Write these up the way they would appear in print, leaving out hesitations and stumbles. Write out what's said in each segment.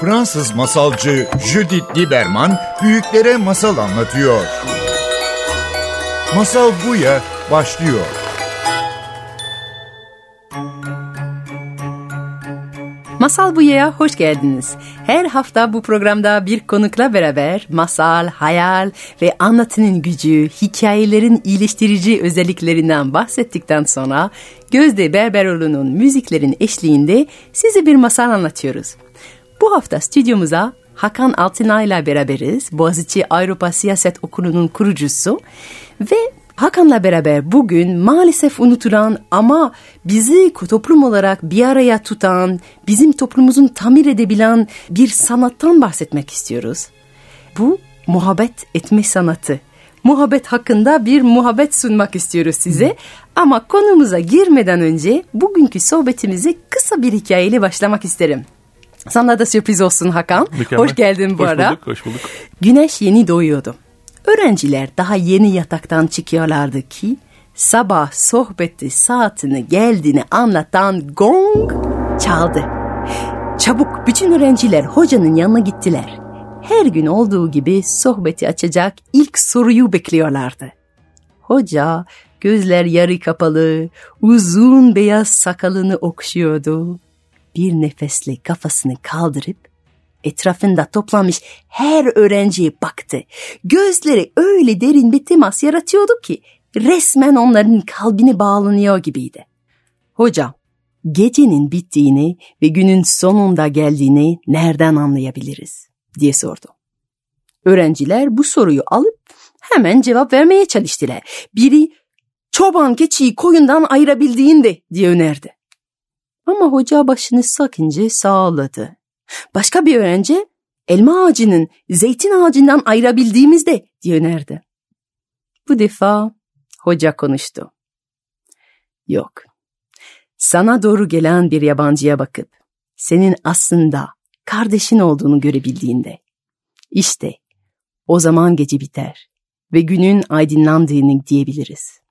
Fransız masalcı Judith Lieberman büyüklere masal anlatıyor. Masal Buya başlıyor. Masal Buya'ya hoş geldiniz. Her hafta bu programda bir konukla beraber masal, hayal ve anlatının gücü, hikayelerin iyileştirici özelliklerinden bahsettikten sonra Gözde Berberoğlu'nun müziklerin eşliğinde size bir masal anlatıyoruz. Bu hafta stüdyomuza Hakan Altınay ile beraberiz. Boğaziçi Avrupa Siyaset Okulu'nun kurucusu ve Hakan'la beraber bugün maalesef unutulan ama bizi toplum olarak bir araya tutan, bizim toplumumuzun tamir edebilen bir sanattan bahsetmek istiyoruz. Bu muhabbet etme sanatı. Muhabbet hakkında bir muhabbet sunmak istiyoruz size. Ama konumuza girmeden önce bugünkü sohbetimizi kısa bir hikayeyle başlamak isterim. Sana da sürpriz olsun Hakan. Mükemmel. Hoş geldin bu ara. Hoş bulduk. Güneş yeni doğuyordu. Öğrenciler daha yeni yataktan çıkıyorlardı ki sabah sohbeti saatini geldiğini anlatan gong çaldı. Çabuk bütün öğrenciler hocanın yanına gittiler. Her gün olduğu gibi sohbeti açacak ilk soruyu bekliyorlardı. Hoca gözler yarı kapalı, uzun beyaz sakalını okşuyordu. Bir nefesle kafasını kaldırıp etrafında toplanmış her öğrenciye baktı. Gözleri öyle derin bir temas yaratıyordu ki resmen onların kalbine bağlanıyor gibiydi. Hoca, gecenin bittiğini ve günün sonunda geldiğini nereden anlayabiliriz diye sordu. Öğrenciler bu soruyu alıp hemen cevap vermeye çalıştılar. Biri çoban keçiyi koyundan ayırabildiğinde diye önerdi. Ama hoca başını sakince sağladı. Başka bir öğrenci elma ağacının zeytin ağacından ayırabildiğimizde diye önerdi. Bu defa hoca konuştu. Yok, sana doğru gelen bir yabancıya bakıp senin aslında kardeşin olduğunu görebildiğinde işte o zaman gece biter ve günün aydınlandığını diyebiliriz.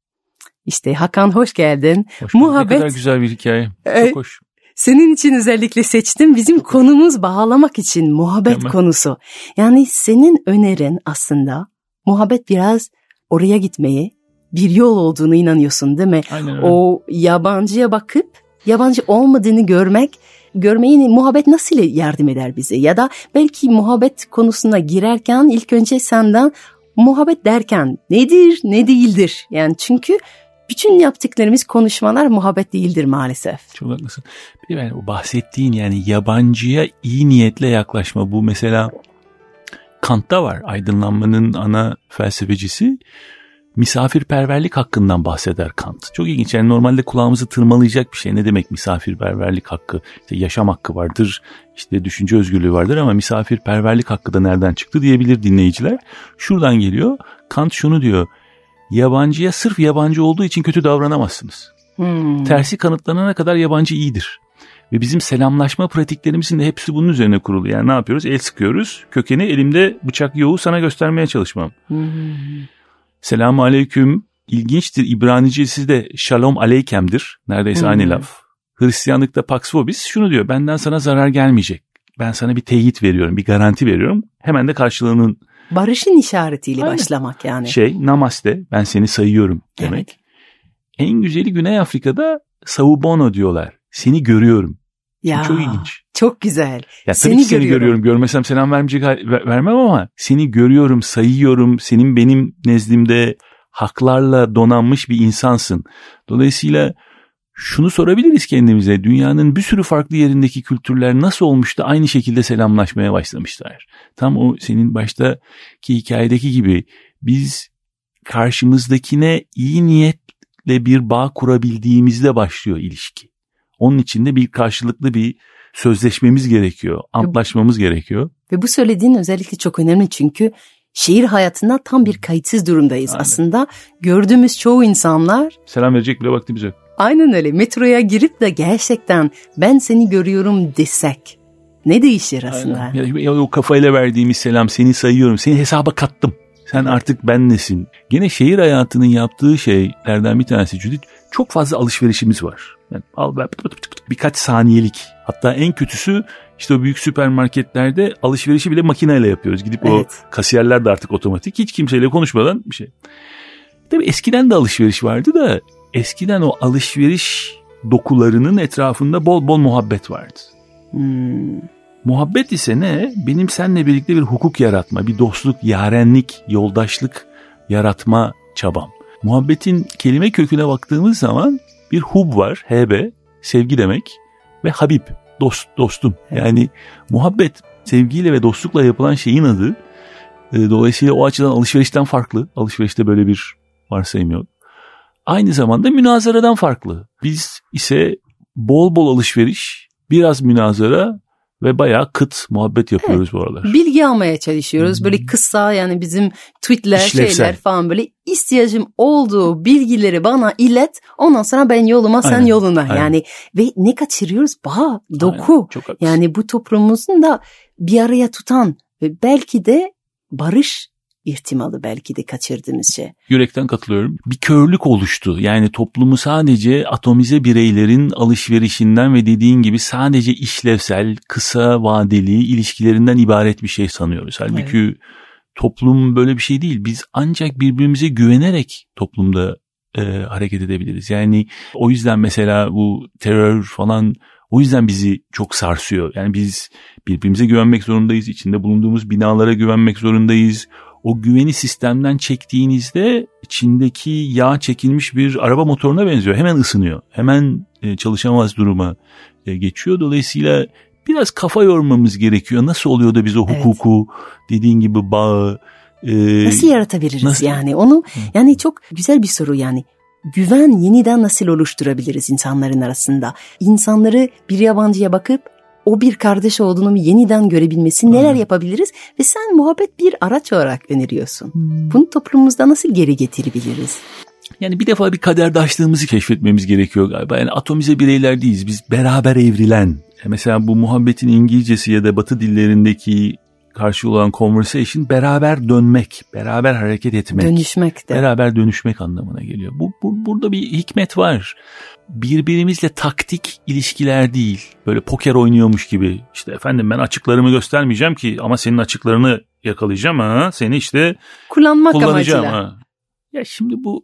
İşte Hakan hoş geldin. Hoş bulduk. Muhabbet. Ne kadar güzel bir hikaye. Çok hoş. Senin için özellikle seçtim. Bizim konumuz bağlamak için muhabbet konusu. Yani senin önerin aslında muhabbet biraz oraya gitmeye bir yol olduğunu inanıyorsun değil mi? Aynen öyle. O yabancıya bakıp yabancı olmadığını görmeye muhabbet nasıl yardım eder bize? Ya da belki muhabbet konusuna girerken ilk önce senden muhabbet derken nedir ne değildir? Yani çünkü bütün yaptıklarımız konuşmalar muhabbet değildir maalesef. Çok haklısın. Yani o bahsettiğin yani yabancıya iyi niyetle yaklaşma. Bu mesela Kant'ta var. Aydınlanmanın ana felsefecisi. Misafirperverlik hakkından bahseder Kant. Çok ilginç. Yani normalde kulağımızı tırmalayacak bir şey. Ne demek misafirperverlik hakkı? İşte yaşam hakkı vardır. İşte düşünce özgürlüğü vardır ama misafirperverlik hakkı da nereden çıktı diyebilir dinleyiciler. Şuradan geliyor. Kant şunu diyor. Yabancıya sırf yabancı olduğu için kötü davranamazsınız. Tersi kanıtlanana kadar yabancı iyidir. Ve bizim selamlaşma pratiklerimizin de hepsi bunun üzerine kurulu. Yani ne yapıyoruz? El sıkıyoruz. Kökeni elimde bıçak yoğu sana göstermeye çalışmam. Selamu aleyküm. İlginçtir. İbranicesi de şalom aleykemdir. Neredeyse aynı laf. Hristiyanlıkta pax vobis şunu diyor. Benden sana zarar gelmeyecek. Ben sana bir teyit veriyorum. Bir garanti veriyorum. Hemen de karşılığının barışın işaretiyle başlamak yani. Namaste, ben seni sayıyorum demek. Evet. En güzeli Güney Afrika'da saubono diyorlar. Seni görüyorum. Ya, çok ilginç. Çok güzel. Ya, tabii ki seni görüyorum. Görmesem selam vermem ama seni görüyorum, sayıyorum. Senin benim nezdimde haklarla donanmış bir insansın. Dolayısıyla şunu sorabiliriz kendimize. Dünyanın bir sürü farklı yerindeki kültürler nasıl olmuş da aynı şekilde selamlaşmaya başlamışlar. Tam o senin baştaki hikayedeki gibi biz karşımızdakine iyi niyetle bir bağ kurabildiğimizde başlıyor ilişki. Onun için de bir karşılıklı bir sözleşmemiz gerekiyor, antlaşmamız gerekiyor. Ve bu söylediğin özellikle çok önemli çünkü şehir hayatında tam bir kayıtsız durumdayız. Aynen. Aslında gördüğümüz çoğu insanlar selam verecek bile vaktimiz yok. Aynen öyle. Metroya girip de gerçekten ben seni görüyorum desek ne değişir aslında? Ya o kafayla verdiğimiz selam, seni sayıyorum, seni hesaba kattım. Sen artık benlesin. Gene şehir hayatının yaptığı şeylerden bir tanesi Judith, çok fazla alışverişimiz var. Yani birkaç saniyelik, hatta en kötüsü işte o büyük süpermarketlerde alışverişi bile makineyle yapıyoruz. Gidip o kasiyerler de artık otomatik, hiç kimseyle konuşmadan bir şey. Tabii eskiden de alışveriş vardı da eskiden o alışveriş dokularının etrafında bol bol muhabbet vardı. Muhabbet ise ne? Benim seninle birlikte bir hukuk yaratma, bir dostluk, yarenlik, yoldaşlık yaratma çabam. Muhabbetin kelime köküne baktığımız zaman bir hub var, hebe, sevgi demek, ve habib, dostum. Yani muhabbet, sevgiyle ve dostlukla yapılan şeyin adı. Dolayısıyla o açıdan alışverişten farklı. Alışverişte böyle bir varsayım yok. Aynı zamanda münazaradan farklı. Biz ise bol bol alışveriş, biraz münazara ve bayağı kıt muhabbet yapıyoruz bu aralar. Bilgi almaya çalışıyoruz. Böyle kısa, yani bizim tweetler, şeyler falan, böyle ihtiyacım olduğu bilgileri bana ilet. Ondan sonra ben yoluma, sen yoluna. Aynen. Yani ve ne kaçırıyoruz? Bağ, doku. Yani bu toplumumuzun da bir araya tutan ve belki de barış ihtimalı belki de kaçırdığımız şey. Yürekten katılıyorum. Bir körlük oluştu. Yani toplumu sadece atomize bireylerin alışverişinden ve dediğin gibi sadece işlevsel, kısa vadeli ilişkilerinden ibaret bir şey sanıyoruz. Halbuki toplum böyle bir şey değil. Biz ancak birbirimize güvenerek toplumda hareket edebiliriz. Yani o yüzden mesela bu terör falan, o yüzden bizi çok sarsıyor. Yani biz birbirimize güvenmek zorundayız. İçinde bulunduğumuz binalara güvenmek zorundayız. O güveni sistemden çektiğinizde içindeki yağ çekilmiş bir araba motoruna benziyor. Hemen ısınıyor. Hemen çalışamaz duruma geçiyor. Dolayısıyla biraz kafa yormamız gerekiyor. Nasıl oluyor da biz o hukuku, dediğin gibi bağı nasıl yaratabiliriz yani onu? Yani çok güzel bir soru yani. Güven yeniden nasıl oluşturabiliriz insanların arasında? İnsanları bir yabancıya bakıp o bir kardeş olduğunu yeniden görebilmesi, neler yapabiliriz? Ve sen muhabbet bir araç olarak öneriyorsun. Bunu toplumumuzda nasıl geri getirebiliriz? Yani bir defa bir kaderdaşlığımızı keşfetmemiz gerekiyor galiba. Yani atomize bireyler değiliz. Biz beraber evrilen. Mesela bu muhabbetin İngilizcesi ya da Batı dillerindeki karşılığı olan conversation, beraber dönmek, beraber hareket etmek. Dönüşmek de. Beraber dönüşmek anlamına geliyor. Burada bir hikmet var. Birbirimizle taktik ilişkiler değil. Böyle poker oynuyormuş gibi. İşte efendim ben açıklarımı göstermeyeceğim ki ama senin açıklarını yakalayacağım ha. Seni işte kullanacağım ha. Ya şimdi bu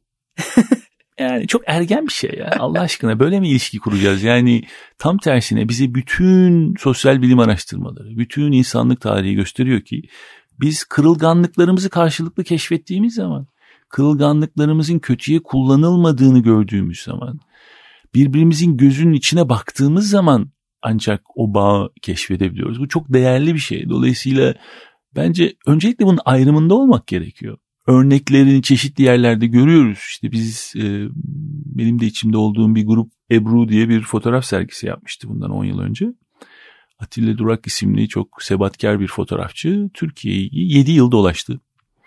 yani çok ergen bir şey ya. Allah aşkına böyle mi ilişki kuracağız? Yani tam tersine bize bütün sosyal bilim araştırmaları, bütün insanlık tarihi gösteriyor ki biz kırılganlıklarımızı karşılıklı keşfettiğimiz zaman, kırılganlıklarımızın kötüye kullanılmadığını gördüğümüz zaman, birbirimizin gözünün içine baktığımız zaman ancak o bağı keşfedebiliyoruz. Bu çok değerli bir şey. Dolayısıyla bence öncelikle bunun ayrımında olmak gerekiyor. Örneklerini çeşitli yerlerde görüyoruz. İşte biz, benim de içimde olduğum bir grup Ebru diye bir fotoğraf sergisi yapmıştı bundan 10 yıl önce. Atilla Durak isimli çok sebatkar bir fotoğrafçı Türkiye'yi 7 yıl dolaştı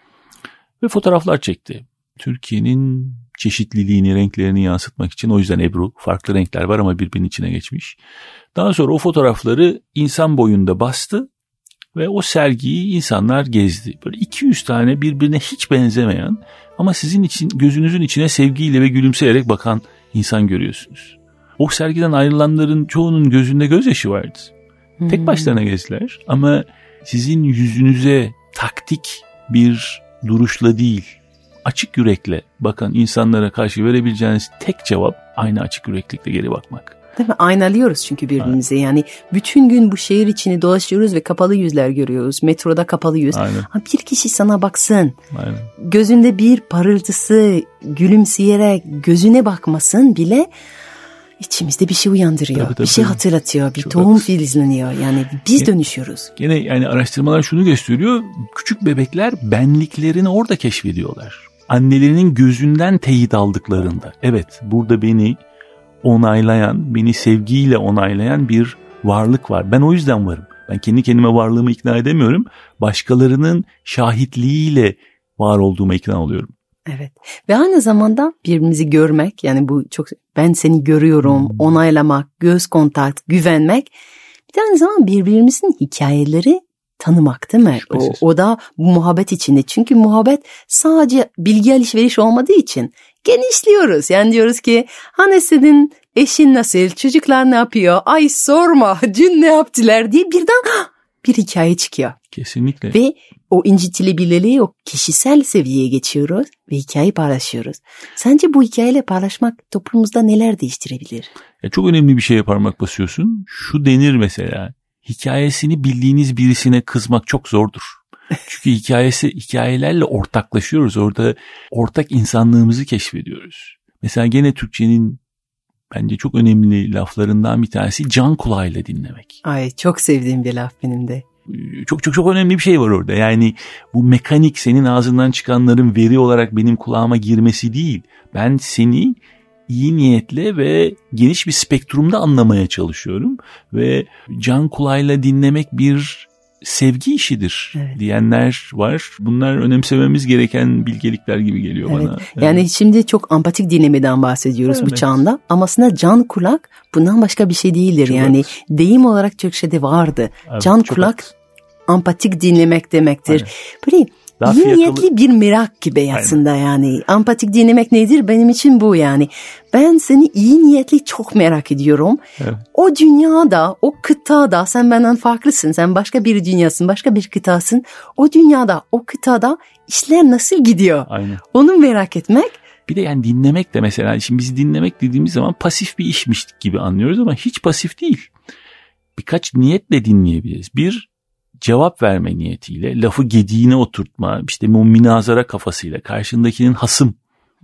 ve fotoğraflar çekti. Türkiye'nin çeşitliliğini, renklerini yansıtmak için, o yüzden Ebru, farklı renkler var ama birbirinin içine geçmiş. Daha sonra o fotoğrafları insan boyunda bastı ve o sergiyi insanlar gezdi. Böyle 200 tane birbirine hiç benzemeyen ama sizin için gözünüzün içine sevgiyle ve gülümseyerek bakan insan görüyorsunuz. O sergiden ayrılanların çoğunun gözünde gözyaşı vardı. Tek başlarına gezdiler ama sizin yüzünüze taktik bir duruşla değil, açık yürekle bakan insanlara karşı verebileceğiniz tek cevap aynı açık yüreklikle geri bakmak. Değil mi? Aynalıyoruz çünkü birbirimizi. Yani bütün gün bu şehir içini dolaşıyoruz ve kapalı yüzler görüyoruz. Metroda kapalı yüz. Bir kişi sana baksın. Aynen. Gözünde bir parıltısı, gülümseyerek gözüne bakmasın bile içimizde bir şey uyandırıyor. Tabii. Bir şey hatırlatıyor. Bir tohum filizleniyor. Yani biz dönüşüyoruz. Gene yani araştırmalar şunu gösteriyor. Küçük bebekler benliklerini orada keşfediyorlar. Annelerinin gözünden teyit aldıklarında. Evet, burada beni onaylayan, beni sevgiyle onaylayan bir varlık var. Ben o yüzden varım. Ben kendi kendime varlığımı ikna edemiyorum. Başkalarının şahitliğiyle var olduğuma ikna oluyorum. Evet. Ve aynı zamanda birbirimizi görmek, yani bu çok, ben seni görüyorum, onaylamak, göz kontakt, güvenmek. Bir de aynı zamanda birbirimizin hikayeleri tanımak değil mi? O da bu muhabbet içinde. Çünkü muhabbet sadece bilgi alışveriş olmadığı için genişliyoruz. Yani diyoruz ki hani senin eşin nasıl, çocuklar ne yapıyor, ay sorma dün ne yaptılar diye birden bir hikaye çıkıyor. Kesinlikle. Ve o incitilebilirliği o kişisel seviyeye geçiyoruz ve hikayeyi paylaşıyoruz. Sence bu hikayeyle paylaşmak toplumumuzda neler değiştirebilir? Çok önemli bir şeye parmak basıyorsun. Şu denir mesela, hikayesini bildiğiniz birisine kızmak çok zordur. Çünkü hikayelerle ortaklaşıyoruz. Orada ortak insanlığımızı keşfediyoruz. Mesela gene Türkçenin bence çok önemli laflarından bir tanesi can kulağıyla dinlemek. Ay çok sevdiğim bir laf benim de. Çok önemli bir şey var orada. Yani bu mekanik senin ağzından çıkanların veri olarak benim kulağıma girmesi değil. Ben seni iyi niyetle ve geniş bir spektrumda anlamaya çalışıyorum. Ve can kulağıyla dinlemek bir sevgi işidir diyenler var. Bunlar önemsememiz gereken bilgelikler gibi geliyor bana. Yani şimdi çok empatik dinlemeden bahsediyoruz bu çağında. Ama aslında can kulak bundan başka bir şey değildir. Çok yani deyim olarak Türkçe'de vardı. Evet, can kulak empatik dinlemek demektir. Böyle iyi niyetli bir merak gibi aslında yani. Empatik dinlemek nedir? Benim için bu yani. Ben seni iyi niyetli çok merak ediyorum. Evet. O dünyada, o kıtada sen benden farklısın. Sen başka bir dünyasın, başka bir kıtasın. O dünyada, o kıtada işler nasıl gidiyor? Aynen. Onu merak etmek. Bir de yani dinlemek de mesela, şimdi biz dinlemek dediğimiz zaman pasif bir işmiş gibi anlıyoruz ama hiç pasif değil. Birkaç niyetle dinleyebiliriz. Bir, cevap verme niyetiyle, lafı gediğine oturtma, işte bu münazara kafasıyla karşındakinin hasım,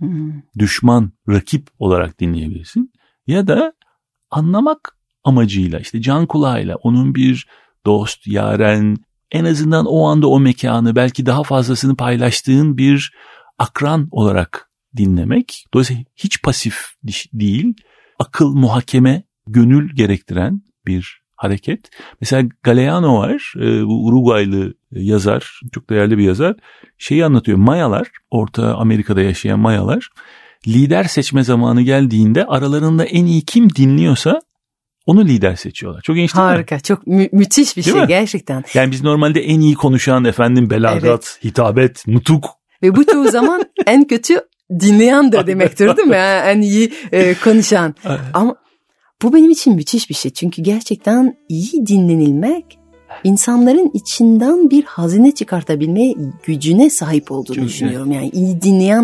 düşman, rakip olarak dinleyebilirsin. Ya da anlamak amacıyla, işte can kulağıyla onun bir dost, yaren, en azından o anda o mekanı, belki daha fazlasını paylaştığın bir akran olarak dinlemek. Dolayısıyla hiç pasif değil, akıl, muhakeme, gönül gerektiren bir hareket. Mesela Galeano var, bu Uruguaylı yazar, çok değerli bir yazar. Şeyi anlatıyor, Mayalar, Orta Amerika'da yaşayan Mayalar, lider seçme zamanı geldiğinde aralarında en iyi kim dinliyorsa onu lider seçiyorlar. Çok ilginç değil mi? Harika, çok müthiş bir değil şey mi? Gerçekten. Yani biz normalde en iyi konuşan, belagat, hitabet, nutuk. Ve bu çoğu zaman en kötü dinleyen de demektir değil mi? En iyi konuşan. Ama bu benim için müthiş bir şey. Çünkü gerçekten iyi dinlenilmek insanların içinden bir hazine çıkartabilme gücüne sahip olduğunu çok düşünüyorum. Yani iyi dinleyen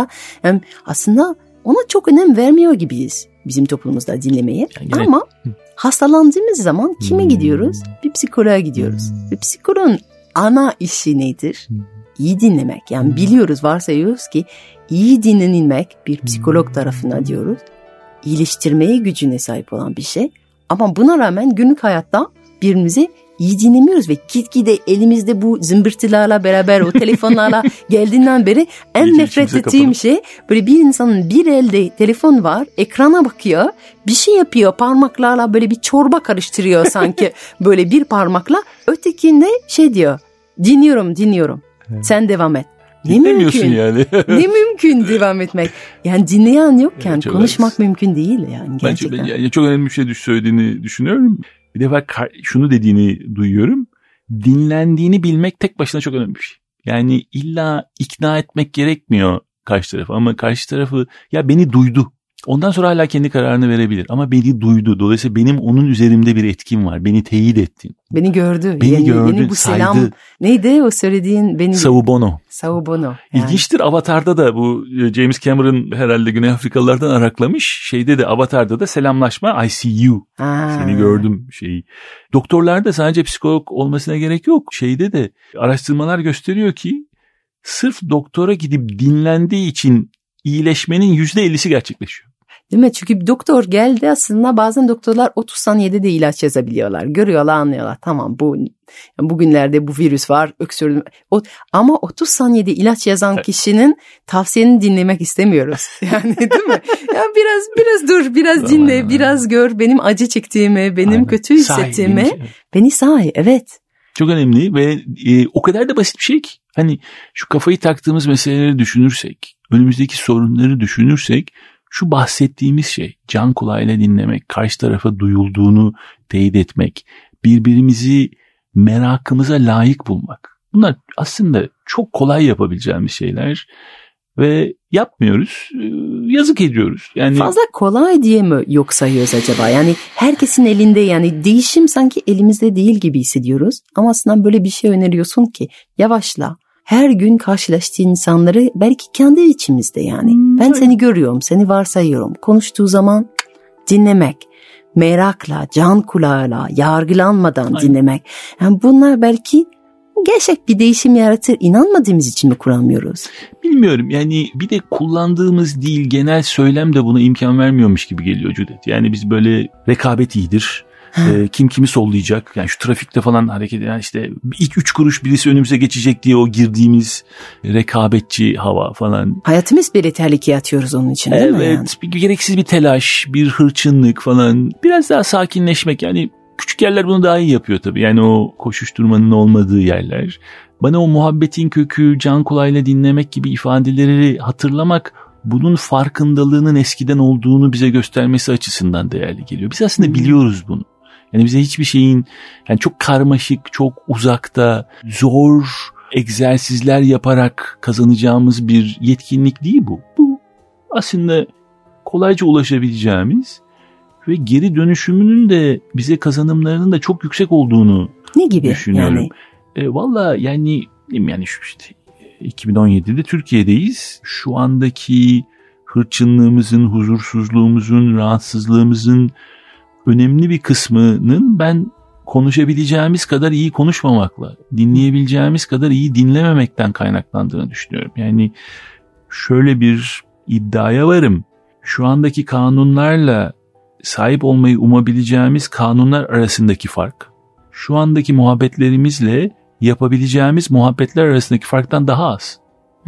aslında ona çok önem vermiyor gibiyiz bizim toplumumuzda dinlemeye. Yani ama hastalandığımız zaman kime gidiyoruz? Bir psikoloğa gidiyoruz. Ve psikoloğun ana işi nedir? İyi dinlemek. Yani biliyoruz, varsayıyoruz ki iyi dinlenilmek bir psikolog tarafına diyoruz. İyileştirmeye gücüne sahip olan bir şey. Ama buna rağmen günlük hayatta birbirimizi iyi dinlemiyoruz ve gitgide elimizde bu zımbırtılarla beraber o telefonlarla geldiğinden beri en nefret ettiğim şey böyle bir insanın bir elde telefon var, ekrana bakıyor, bir şey yapıyor parmaklarla, böyle bir çorba karıştırıyor sanki böyle bir parmakla, ötekinde şey diyor, dinliyorum sen devam et. Ne mümkün yani. Ne mümkün devam etmek. Yani dinleyen yokken konuşmak mümkün değil yani gerçekten. Ben çok önemli bir şey söylediğini düşünüyorum. Bir de bak şunu dediğini duyuyorum. Dinlendiğini bilmek tek başına çok önemli bir şey. Yani illa ikna etmek gerekmiyor karşı tarafı, ama karşı tarafı ya beni duydu. Ondan sonra hala kendi kararını verebilir ama beni duydu. Dolayısıyla benim onun üzerimde bir etkim var. Beni teyit ettin. Beni gördü. Beni bu saydı. Selam neydi o söylediğin? Beni... Sau bono. Yani. İlginçtir, Avatar'da da bu James Cameron herhalde Güney Afrikalılardan araklamış. Şeyde de, Avatar'da da selamlaşma, I see you. Seni gördüm şeyi. Doktorlarda sadece psikolog olmasına gerek yok. Şeyde de araştırmalar gösteriyor ki sırf doktora gidip dinlendiği için iyileşmenin %50'si gerçekleşiyor. Değil mi? Çünkü bir doktor geldi, aslında bazen doktorlar 30 saniyede de ilaç yazabiliyorlar. Görüyorlar, anlıyorlar. Tamam, bugünlerde bu virüs var, öksürdüm. Ama 30 saniyede ilaç yazan kişinin tavsiyeni dinlemek istemiyoruz. Yani değil mi? Ya biraz dur, biraz dinle, biraz gör benim acı çektiğimi, benim kötü hissettiğimi. Beni say, evet. Çok önemli ve o kadar da basit bir şey ki. Hani şu kafayı taktığımız meseleleri düşünürsek, önümüzdeki sorunları düşünürsek, şu bahsettiğimiz şey, can kulağıyla dinlemek, karşı tarafa duyulduğunu teyit etmek, birbirimizi merakımıza layık bulmak. Bunlar aslında çok kolay yapabileceğimiz şeyler ve yapmıyoruz, yazık ediyoruz. Yani fazla kolay diye mi yok sayıyoruz acaba? Yani herkesin elinde, yani değişim sanki elimizde değil gibi hissediyoruz. Ama aslında böyle bir şey öneriyorsun ki yavaşla. Her gün karşılaştığın insanları belki kendi içimizde yani. Ben seni görüyorum, seni varsayıyorum. Konuştuğu zaman dinlemek, merakla, can kulağıyla, yargılanmadan dinlemek. Yani bunlar belki gerçek bir değişim yaratır. İnanmadığımız için mi kuramıyoruz? Bilmiyorum, yani bir de kullandığımız dil, genel söylem de buna imkan vermiyormuş gibi geliyor Cüdet. Yani biz böyle rekabet iyidir. Kim kimi sollayacak? Yani şu trafikte falan hareket eden, işte ilk 3 kuruş birisi önümüze geçecek diye o girdiğimiz rekabetçi hava falan. Hayatımız bile tehlikeye atıyoruz onun için, değil mi? Evet, gereksiz bir telaş, bir hırçınlık falan. Biraz daha sakinleşmek, yani küçük yerler bunu daha iyi yapıyor tabii. Yani o koşuşturmanın olmadığı yerler. Bana o muhabbetin kökü, can kulağıyla dinlemek gibi ifadeleri hatırlamak, bunun farkındalığının eskiden olduğunu bize göstermesi açısından değerli geliyor. Biz aslında biliyoruz bunu. Yani bize hiçbir şeyin, yani çok karmaşık, çok uzakta, zor egzersizler yaparak kazanacağımız bir yetkinlik değil bu. Bu aslında kolayca ulaşabileceğimiz ve geri dönüşümünün de bize kazanımlarının da çok yüksek olduğunu düşünüyorum. Valla yani şu işte 2017'de Türkiye'deyiz. Şu andaki hırçınlığımızın, huzursuzluğumuzun, rahatsızlığımızın önemli bir kısmının ben konuşabileceğimiz kadar iyi konuşmamakla, dinleyebileceğimiz kadar iyi dinlememekten kaynaklandığını düşünüyorum. Yani şöyle bir iddiaya varım. Şu andaki kanunlarla sahip olmayı umabileceğimiz kanunlar arasındaki fark, şu andaki muhabbetlerimizle yapabileceğimiz muhabbetler arasındaki farktan daha az.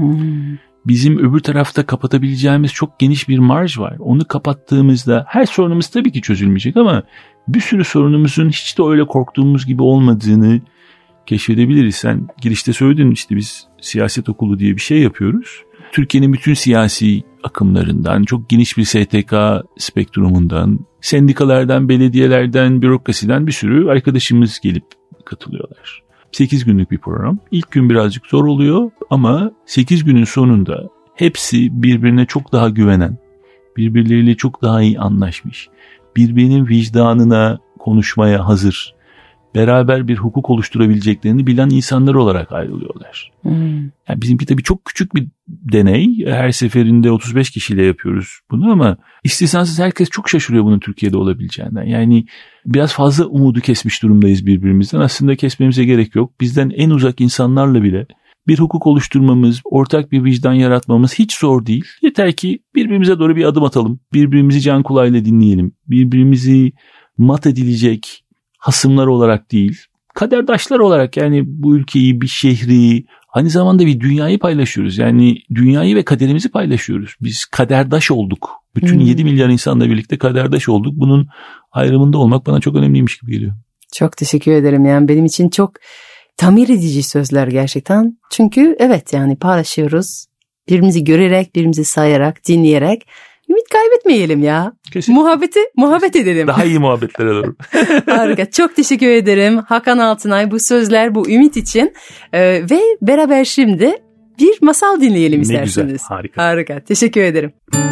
Bizim öbür tarafta kapatabileceğimiz çok geniş bir marj var. Onu kapattığımızda her sorunumuz tabii ki çözülmeyecek ama bir sürü sorunumuzun hiç de öyle korktuğumuz gibi olmadığını keşfedebiliriz. Sen girişte söyledin, işte biz siyaset okulu diye bir şey yapıyoruz. Türkiye'nin bütün siyasi akımlarından, çok geniş bir STK spektrumundan, sendikalardan, belediyelerden, bürokrasiden bir sürü arkadaşımız gelip katılıyorlar. 8 günlük bir program. İlk gün birazcık zor oluyor ama 8 günün sonunda hepsi birbirine çok daha güvenen, birbirleriyle çok daha iyi anlaşmış, birbirinin vicdanına konuşmaya hazır, beraber bir hukuk oluşturabileceklerini bilen insanlar olarak ayrılıyorlar. Yani bizimki tabii çok küçük bir deney. Her seferinde 35 kişiyle yapıyoruz bunu ama istisnasız herkes çok şaşırıyor bunun Türkiye'de olabileceğinden. Yani biraz fazla umudu kesmiş durumdayız birbirimizden. Aslında kesmemize gerek yok. Bizden en uzak insanlarla bile bir hukuk oluşturmamız, ortak bir vicdan yaratmamız hiç zor değil. Yeter ki birbirimize doğru bir adım atalım. Birbirimizi can kulağıyla dinleyelim. Birbirimizi mat edilecek hasımlar olarak değil, kaderdaşlar olarak, yani bu ülkeyi, bir şehri, aynı zamanda bir dünyayı paylaşıyoruz. Yani dünyayı ve kaderimizi paylaşıyoruz. Biz kaderdaş olduk. Bütün 7 milyar insanla birlikte kaderdaş olduk. Bunun ayrımında olmak bana çok önemliymiş gibi geliyor. Çok teşekkür ederim. Yani benim için çok tamir edici sözler gerçekten. Çünkü evet, yani paylaşıyoruz. Birbirimizi görerek, birbirimizi sayarak, dinleyerek. Ümit kaybetmeyelim ya. Kesinlikle. Muhabbet edelim. Daha iyi muhabbetlere doğru. Harika. Çok teşekkür ederim Hakan Altınay, bu sözler, bu ümit için. Ve beraber şimdi bir masal dinleyelim isterseniz. Ne güzel. Harika. Harika. Teşekkür ederim.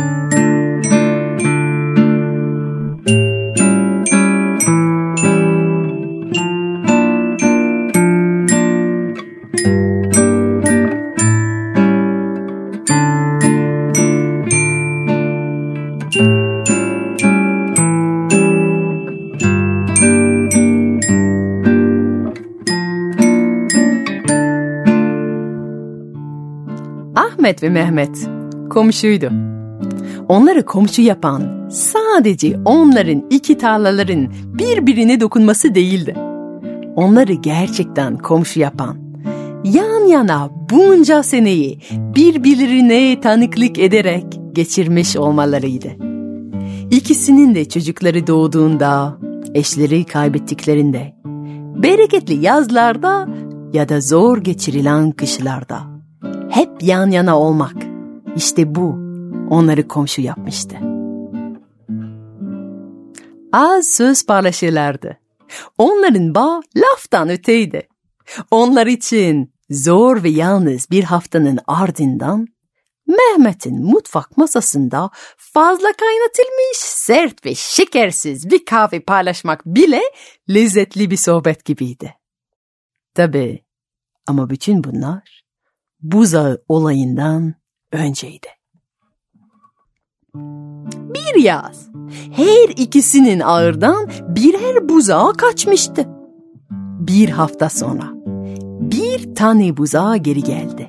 Ahmet ve Mehmet komşuydu. Onları komşu yapan sadece onların iki tarlaların birbirine dokunması değildi. Onları gerçekten komşu yapan, yan yana bunca seneyi birbirlerine tanıklık ederek geçirmiş olmalarıydı. İkisinin de çocukları doğduğunda, eşleri kaybettiklerinde, bereketli yazlarda ya da zor geçirilen kışlarda hep yan yana olmak, işte bu onları komşu yapmıştı. Az söz paylaşırlardı. Onların bağı laftan öteydi. Onlar için zor ve yalnız bir haftanın ardından Mehmet'in mutfak masasında fazla kaynatılmış, sert ve şekersiz bir kahve paylaşmak bile lezzetli bir sohbet gibiydi. Tabii ama bütün bunlar buzağı olayından önceydi. Bir yaz her ikisinin ağırdan birer buzağı kaçmıştı. Bir hafta sonra bir tane buzağı geri geldi.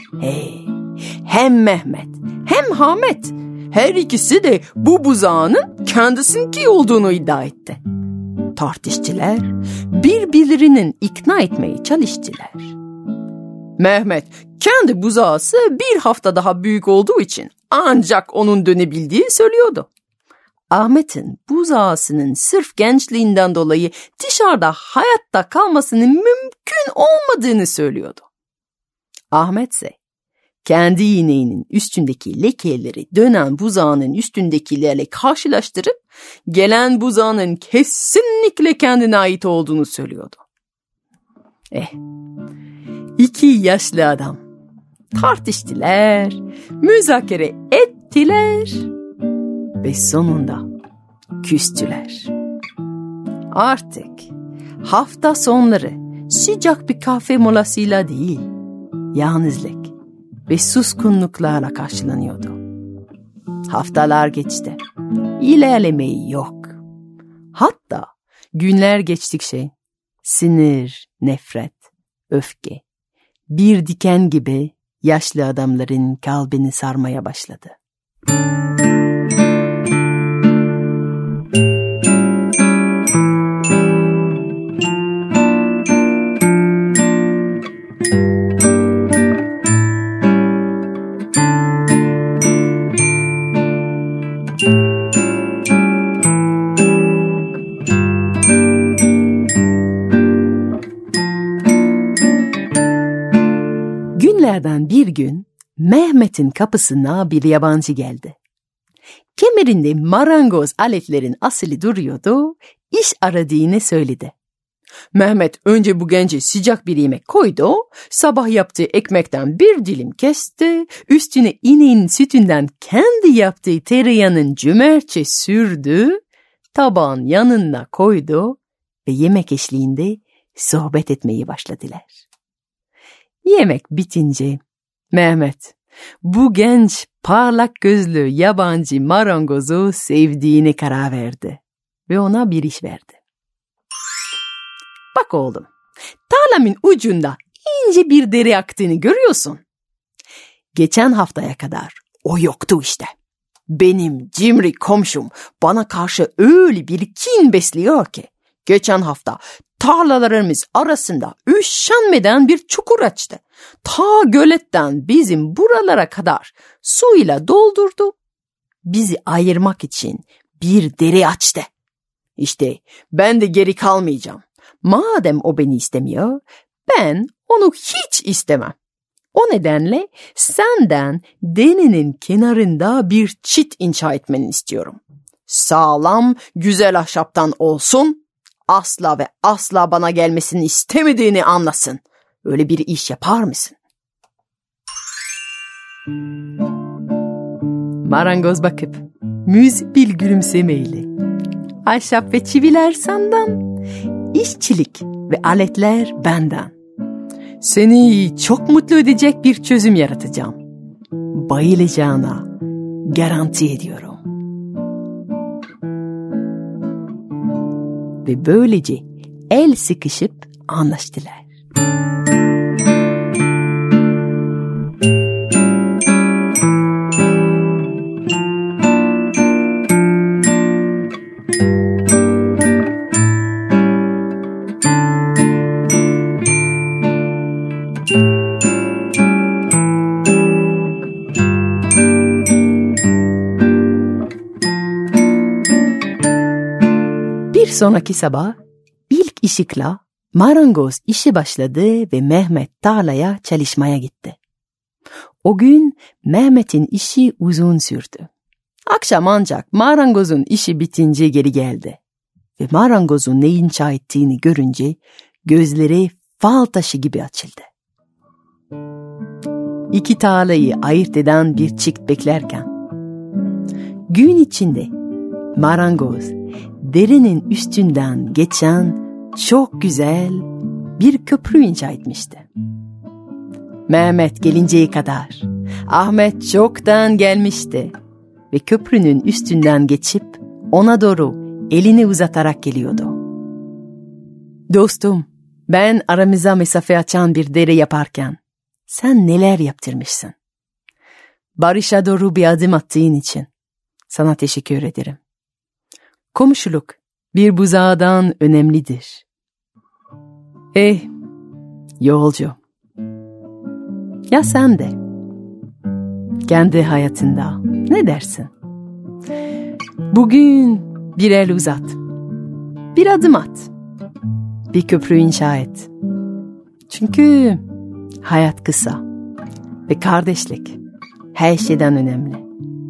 Hem Mehmet hem Hamet her ikisi de bu buzağının kendisininki olduğunu iddia etti. Tartıştılar, birbirlerinin ikna etmeye çalıştılar. Mehmet kendi buzağısı bir hafta daha büyük olduğu için ancak onun dönebildiği söylüyordu. Ahmet'in buzağısının sırf gençliğinden dolayı dışarıda hayatta kalmasının mümkün olmadığını söylüyordu. Ahmet ise kendi iğneğinin üstündeki lekeleri dönen buzağının üstündekilerle karşılaştırıp gelen buzağının kesinlikle kendine ait olduğunu söylüyordu. İki yaşlı adam tartıştılar, müzakere ettiler ve sonunda küstüler. Artık hafta sonları sıcak bir kahve molasıyla değil, yalnızlık ve suskunluklarla karşılanıyordu. Haftalar geçti. İlerlemeyi yok. Hatta günler geçtikçe sinir, nefret, öfke bir diken gibi yaşlı adamların kalbini sarmaya başladı. Günlerden bir gün Mehmet'in kapısına bir yabancı geldi. Kemerinde marangoz aletlerin asili duruyordu, iş aradığını söyledi. Mehmet önce bu gence sıcak bir yemek koydu, sabah yaptığı ekmekten bir dilim kesti, üstüne ineğin sütünden kendi yaptığı tereyağının cömertçe sürdü, tabağın yanına koydu ve yemek eşliğinde sohbet etmeyi başladılar. Yemek bitince Mehmet bu genç parlak gözlü yabancı marangozu sevdiğine karar verdi ve ona bir iş verdi. Bak oğlum, tarlamın ucunda ince bir dere aktığını görüyorsun. Geçen haftaya kadar o yoktu işte. Benim cimri komşum bana karşı öyle bir kin besliyor ki geçen hafta tarlalarımız arasında üşenmeden bir çukur açtı. Ta göletten bizim buralara kadar suyla doldurdu. Bizi ayırmak için bir dere açtı. İşte ben de geri kalmayacağım. Madem o beni istemiyor, ben onu hiç istemem. O nedenle senden derenin kenarında bir çit inşa etmeni istiyorum. Sağlam, güzel ahşaptan olsun. Asla ve asla bana gelmesini istemediğini anlasın. Öyle bir iş yapar mısın? Marangoz bakıp müzik bir gülümsemeyle, ahşap ve çiviler senden, işçilik ve aletler benden. Seni çok mutlu edecek bir çözüm yaratacağım. Bayılacağına garanti ediyorum. Ve böylece el sıkışıp anlaştılar. Bir sonraki sabah ilk ışıkla marangoz işe başladı ve Mehmet tarlaya çalışmaya gitti. O gün Mehmet'in işi uzun sürdü. Akşam ancak marangozun işi bitince geri geldi. ve marangozun ne inşa ettiğini görünce gözleri fal taşı gibi açıldı. İki tarlayı ayırt eden bir çift beklerken, gün içinde marangoz derenin üstünden geçen çok güzel bir köprü inşa etmişti. Mehmet gelinceye kadar Ahmet çoktan gelmişti ve köprünün üstünden geçip ona doğru elini uzatarak geliyordu. Dostum, ben aramıza mesafe açan bir dere yaparken sen neler yaptırmışsın? Barışa doğru bir adım attığın için sana teşekkür ederim. Komşuluk bir buzağdan önemlidir. Yolcu. Ya sen de kendi hayatında ne dersin? Bugün bir el uzat, bir adım at, bir köprü inşa et. Çünkü hayat kısa ve kardeşlik her şeyden önemli.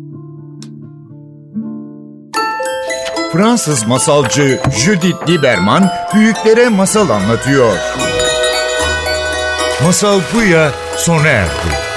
Fransız masalcı Judith Lieberman büyüklere masal anlatıyor. Masal Buya sona erdi.